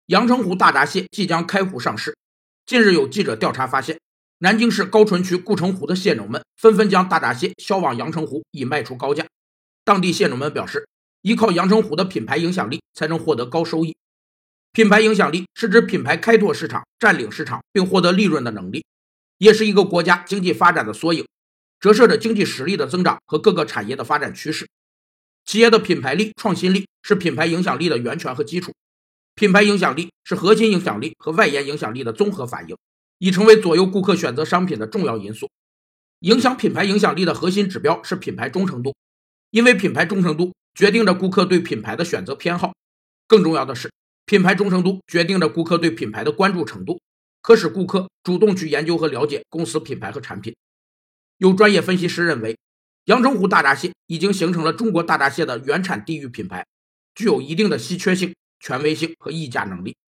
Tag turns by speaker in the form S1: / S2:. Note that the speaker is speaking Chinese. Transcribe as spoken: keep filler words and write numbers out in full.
S1: 阳澄湖大闸蟹即将开湖上市。近日有记者调查发现，南京市高淳区顾城湖的蟹农们纷纷将大闸蟹销往阳澄湖，以卖出高价。当地蟹农们表示，依靠阳澄湖的品牌影响力才能获得高收益。品牌影响力是指品牌开拓市场、占领市场并获得利润的能力，也是一个国家经济发展的缩影，折射着经济实力的增长和各个产业的发展趋势。企业的品牌力、创新力是品牌影响力的源泉和基础。品牌影响力是核心影响力和外延影响力的综合反应，已成为左右顾客选择商品的重要因素。影响品牌影响力的核心指标是品牌忠诚度，因为品牌忠诚度决定着顾客对品牌的选择偏好。更重要的是，品牌忠诚度决定着顾客对品牌的关注程度，可使顾客主动去研究和了解公司品牌和产品。有专业分析师认为，阳澄湖大闸蟹已经形成了中国大闸蟹的原产地域品牌，具有一定的稀缺性、权威性和议价能力。